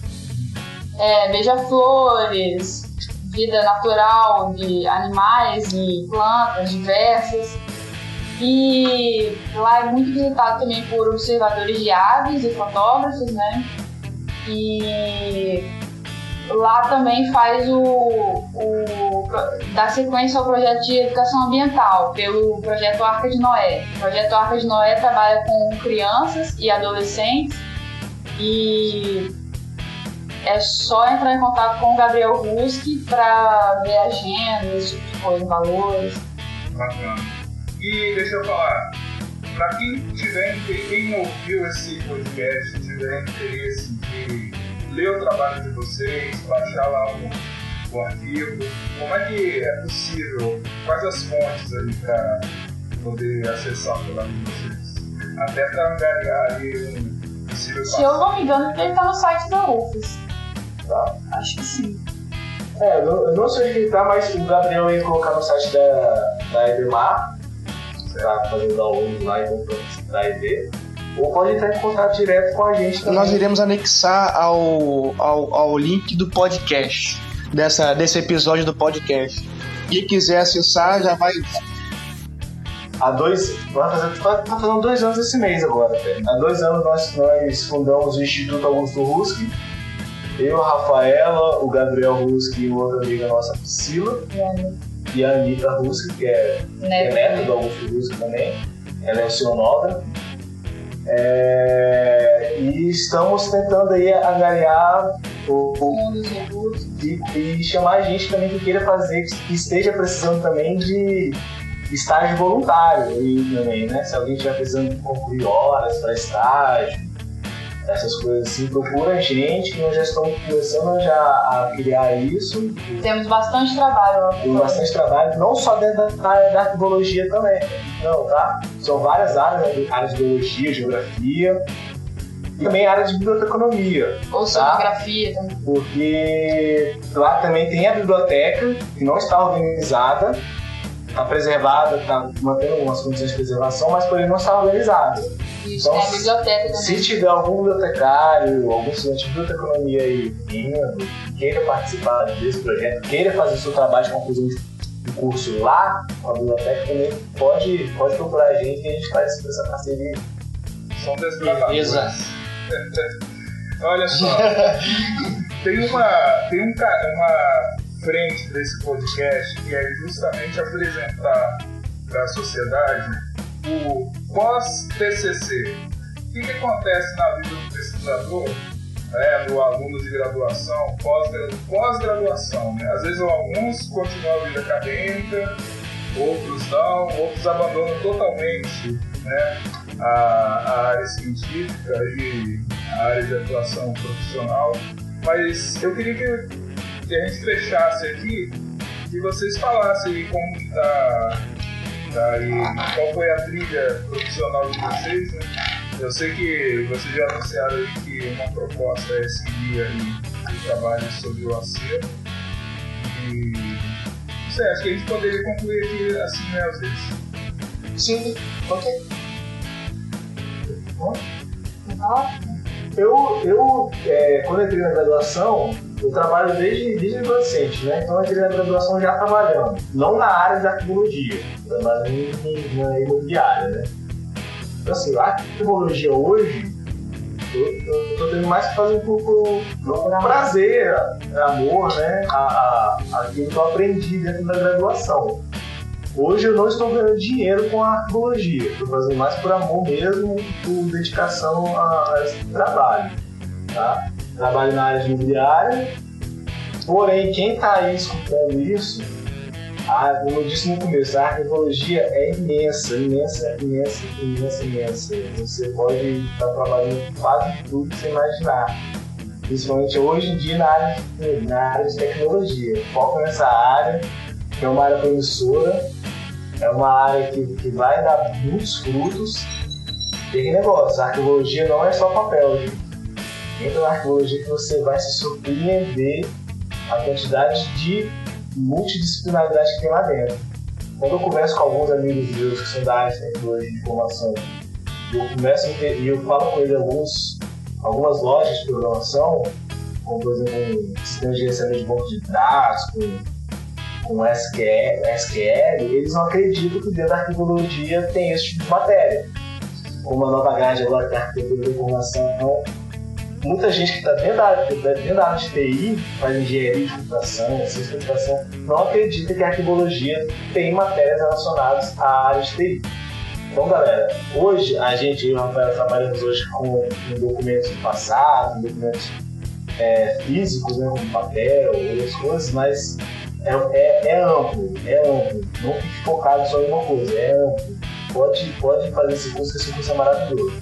Beija-flores, vida natural de animais e plantas diversas. E lá é muito visitado também por observadores de aves e fotógrafos, né? E lá também faz dá sequência ao projeto de educação ambiental, pelo projeto Arca de Noé. O projeto Arca de Noé trabalha com crianças e adolescentes e é só entrar em contato com o Gabriel Ruski para ver agenda, esse tipo de coisa, valores. Bacana. E deixa eu falar, para quem ouviu esse podcast, tiver interesse de ler o trabalho de vocês, baixar lá o arquivo, como é que é possível? Quais as fontes aí para poder acessar o trabalho de vocês? Até para angariar ali um possível passo. Se eu não me engano, ele está no site da UFES. Tá? Acho que sim. Eu não sei onde ele tá, mas o Gabriel ia colocar no site da EBMAR, pra fazer o download lá e da EB. Ou pode entrar em contato direto com a gente também. Nós iremos anexar ao link do podcast, desse episódio do podcast. Quem quiser acessar já vai. Tá fazendo 2 anos esse mês agora, velho. Há 2 anos nós fundamos o Instituto Augusto Ruski. Eu, a Rafaela, o Gabriel Ruski e uma outra amiga nossa, Priscila. E a Anitta Ruski, que é neta do Augusto Ruski também. Ela é oceanógrafa. E estamos tentando aí angariar e chamar a gente também que queira fazer, que esteja precisando também de estágio voluntário e também, né? Se alguém estiver precisando concluir horas para estágio, essas coisas assim, procura a gente, que nós já estamos começando a criar isso. Temos bastante trabalho. Temos bastante trabalho, não só dentro da área da arquivologia também, não, tá? São várias áreas de biologia, geografia, e também área de biblioteconomia. Oceanografia também. Porque lá também tem a biblioteca, que não está organizada, está preservada, está mantendo algumas condições de preservação, mas porém não está organizada. Isso, então, a biblioteca também. Se tiver algum bibliotecário, algum estudante de biblioteconomia aí vindo, queira participar desse projeto, queira fazer seu trabalho de conclusão de curso lá com a biblioteca, também pode procurar a gente e a gente faz essa parceria. São desbravadores. Olha só, tem uma frente desse podcast, que é justamente apresentar para a sociedade o pós-TCC. O que acontece na vida do pesquisador, do aluno de graduação, pós-graduação, né? Às vezes alguns continuam a vida acadêmica, outros não, outros abandonam totalmente, né, a área científica e a área de atuação profissional. Mas eu queria que a gente fechasse aqui e vocês falassem aí como está aí, qual foi a trilha profissional de vocês, né? Eu sei que vocês já anunciaram aí que uma proposta é seguir aí o trabalho sobre o acervo. E não sei, acho que a gente poderia concluir aqui assim, né, às vezes. Sim, ok. Eu quando eu entrei na graduação, eu trabalho desde adolescente, né? Então eu entrei na graduação já trabalhando, não na área de arquivologia, trabalhando na imobiliária, né? Então assim, a arquivologia hoje, eu tô tendo mais que fazer por prazer, amor, né? Aquilo que eu aprendi dentro da graduação. Hoje eu não estou ganhando dinheiro com a arquivologia, estou fazendo mais por amor mesmo, por dedicação a esse trabalho. Tá? Trabalho na área de imobiliária, porém quem está aí escutando isso, como eu disse no começo, a arquivologia é imensa. Você pode estar trabalhando quase tudo que você imaginar, principalmente hoje em dia na área de tecnologia. Foco nessa área, que é uma área promissora. É uma área que vai dar muitos frutos. Tem negócio, a arquivologia não é só papel, gente. Entra na arquivologia que você vai se surpreender a quantidade de multidisciplinaridade que tem lá dentro. Quando eu converso com alguns amigos meus que são da área de tecnologia de informação, eu falo com eles algumas lojas de programação, como por exemplo sistemas de gerenciamento de banco de dados, com SQL, eles não acreditam que dentro da arquivologia tem esse tipo de matéria. Como a nova grade agora que é a arquitetura da informação, muita gente que está dentro da área de TI, faz engenharia de computação, ciência de computação, não acredita que a arquivologia tem matérias relacionadas à área de TI. Então, galera, hoje a gente, eu e o Rafael, trabalhamos hoje com documentos do passado, com documentos físicos, né, como papel, outras coisas, mas é amplo, não fique focado só em uma coisa, é amplo. Pode fazer esse curso, que esse curso é maravilhoso.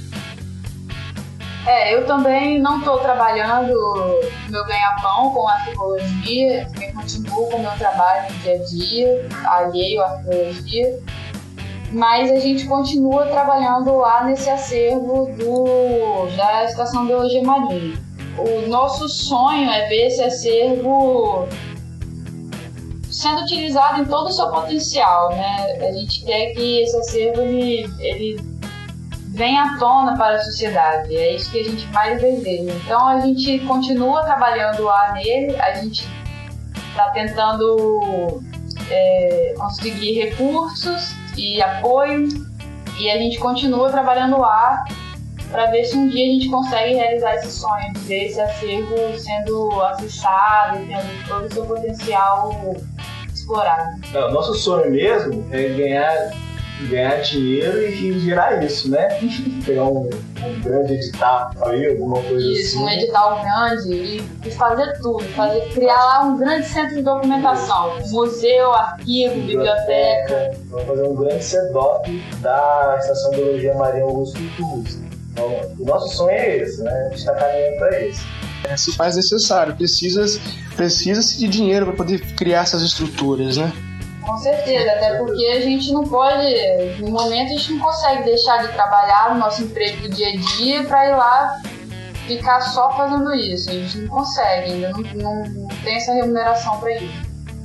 Eu também não estou trabalhando meu ganha-pão com arquivologia, também continuo com o meu trabalho no dia a dia, alheio à arquivologia, mas a gente continua trabalhando lá nesse acervo da Estação de Biologia Marinha. O nosso sonho é ver esse acervo sendo utilizado em todo o seu potencial, né? A gente quer que esse acervo ele venha à tona para a sociedade, é isso que a gente mais deseja. Então a gente continua trabalhando lá nele, a gente está tentando conseguir recursos e apoio, e a gente continua trabalhando lá para ver se um dia a gente consegue realizar esse sonho de ver esse acervo sendo acessado e tendo todo o seu potencial explorado. O nosso sonho mesmo é ganhar dinheiro e gerar isso, né? Pegar um grande edital aí, alguma coisa isso, assim. Um edital grande e fazer tudo, criar lá um grande centro de documentação, museu, arquivo, biblioteca. Vamos fazer um grande CEDOC da Estação de Biologia Marinha Augusto Iturbis. Então, o nosso sonho é esse, né? A gente está caminhando para esse. Se faz necessário, precisa-se de dinheiro para poder criar essas estruturas, né? Com certeza, até porque a gente não pode, no momento a gente não consegue deixar de trabalhar no nosso emprego do dia a dia para ir lá ficar só fazendo isso. A gente não consegue, ainda não tem essa remuneração para isso.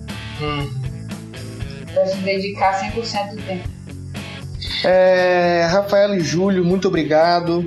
Para se dedicar 100% do tempo. Rafael e Júlio, muito obrigado.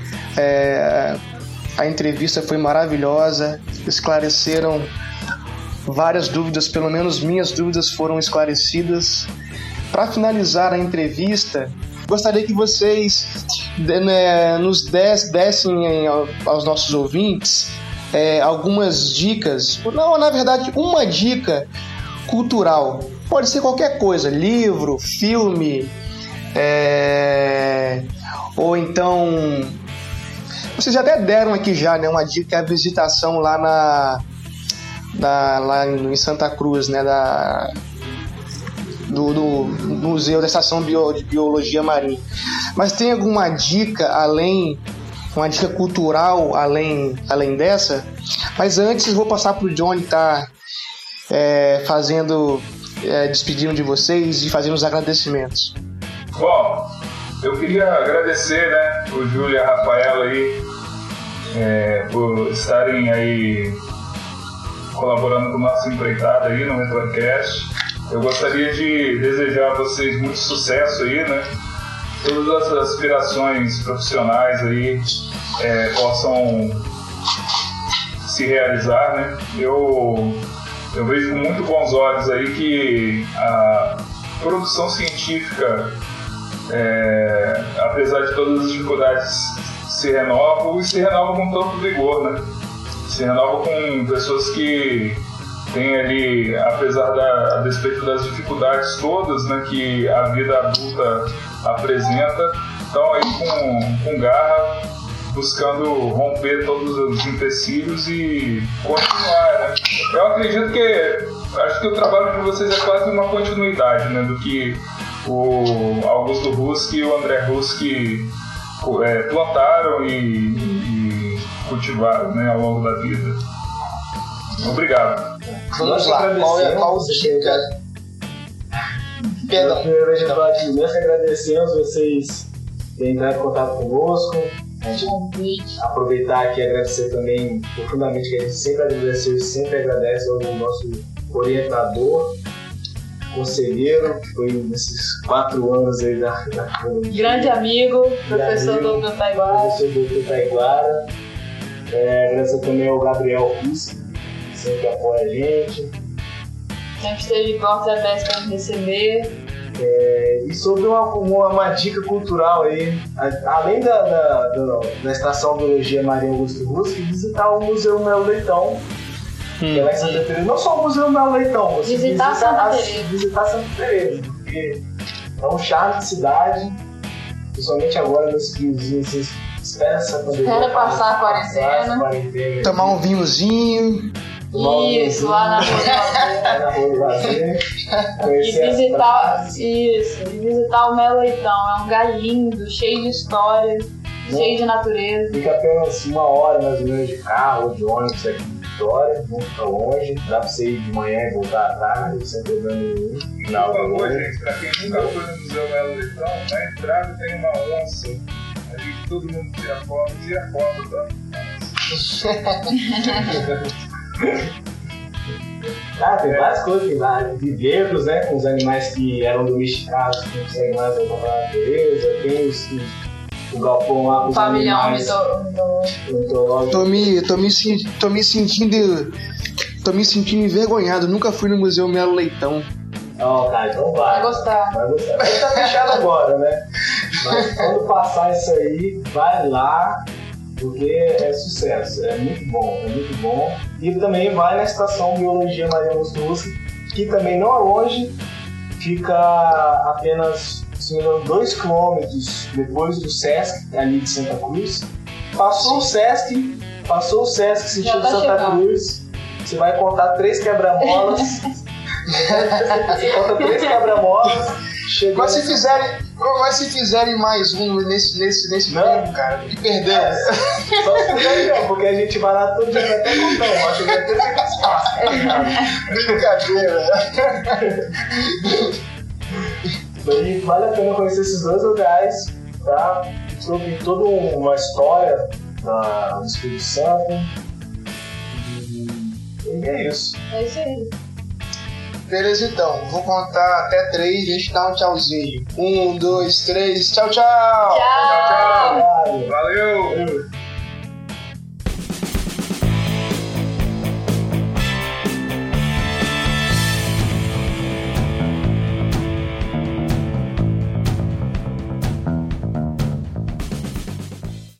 A entrevista foi maravilhosa, esclareceram várias dúvidas, pelo menos minhas dúvidas foram esclarecidas. Para finalizar a entrevista, gostaria que vocês nos dessem aos nossos ouvintes algumas dicas, não, na verdade, uma dica cultural. Pode ser qualquer coisa, livro, filme, ou então... Vocês até deram aqui já, né, uma dica, a visitação lá lá em Santa Cruz, né, do Museu da Estação de Biologia Marinha. Mas tem alguma dica uma dica cultural além dessa? Mas antes vou passar para o Johnny estar despedindo de vocês e fazendo os agradecimentos. Bom, eu queria agradecer, né, o Júlio e a Rafaela aí por estarem aí colaborando com o nosso empreitada aí no Retrocast. Eu gostaria de desejar a vocês muito sucesso aí, né? Todas as aspirações profissionais aí possam se realizar, né? Eu vejo com muito bons olhos aí que a produção científica, apesar de todas as dificuldades, se renova com tanto vigor, né? Se renova com pessoas que têm ali, apesar a despeito das dificuldades todas, né, que a vida adulta apresenta, estão aí com garra, buscando romper todos os empecilhos e continuar, né? Eu acredito acho que o trabalho de vocês é quase uma continuidade, né, do que o Augusto Ruski e o André Ruski plantaram e cultivaram, né, ao longo da vida. Obrigado. Vamos lá. Qual dica? Perdão. Nós agradecemos vocês terem entrado em contato conosco. Aproveitar aqui e agradecer também profundamente, que a gente sempre agradeceu e sempre agradece ao nosso orientador, conselheiro, que foi nesses 4 anos aí da grande amigo, professor Dr. Taiguara. Agradecer também ao Gabriel Ruski, que sempre apoia a gente. Sempre esteve de portas abertas para nos receber. E sobre uma dica cultural aí, além da Estação Biologia Marinha Augusto Ruski, visitar o Museu Melo Leitão, que é lá em Santa Teresa. Não só o Museu Melo Leitão, você visitar Santa Teresa, porque é um charme de cidade, principalmente agora nesse friozinho, você espera passar a quarentena. Tomar um vinhozinho. Isso, lá na Rua do Lazer. E visitar o Melo Leitão. É um lugar lindo, cheio de história, cheio de natureza. Fica apenas 1 hora mais ou menos de carro ou de ônibus aqui em Vitória, não fica longe. Dá pra você ir de manhã e voltar à tarde, sem problema nenhum. Por favor, gente, pra quem nunca foi no Museu Melo Leitão, na entrada tem uma onça. Ali todo mundo tira foto, tá? Tem várias coisas, tem lá viveiros, né, com os animais que eram domesticados, com os animais da natureza, tem o galpão lá com os animais mitológicos. Tô me sentindo envergonhado, nunca fui no Museu Melo Leitão. Cara, então vai gostar. Mas tá fechado agora, né? Mas quando passar isso aí, vai lá, porque é sucesso, é muito bom. E também vai na Estação Biologia Marinha Augusto Ruski, que também não é longe, fica apenas, se não me engano, 2 quilômetros depois do Sesc, ali de Santa Cruz. Passou o Sesc sentido Santa Cruz, você vai contar 3 quebra-molas. Você conta 3 quebra-molas. Mas se fizerem mais um nesse tempo, cara, me perder. Só se fizerem não, porque a gente vai lá todo dia até contão. Acho que vai ter que mais fácil. Brincadeira. E vale a pena conhecer esses 2 lugares, tá? Sobre toda uma história do Espírito Santo. E é isso. É isso aí. Beleza, então. Vou contar até 3 e a gente dá um tchauzinho. 1, 2, 3. Tchau, tchau! Tchau!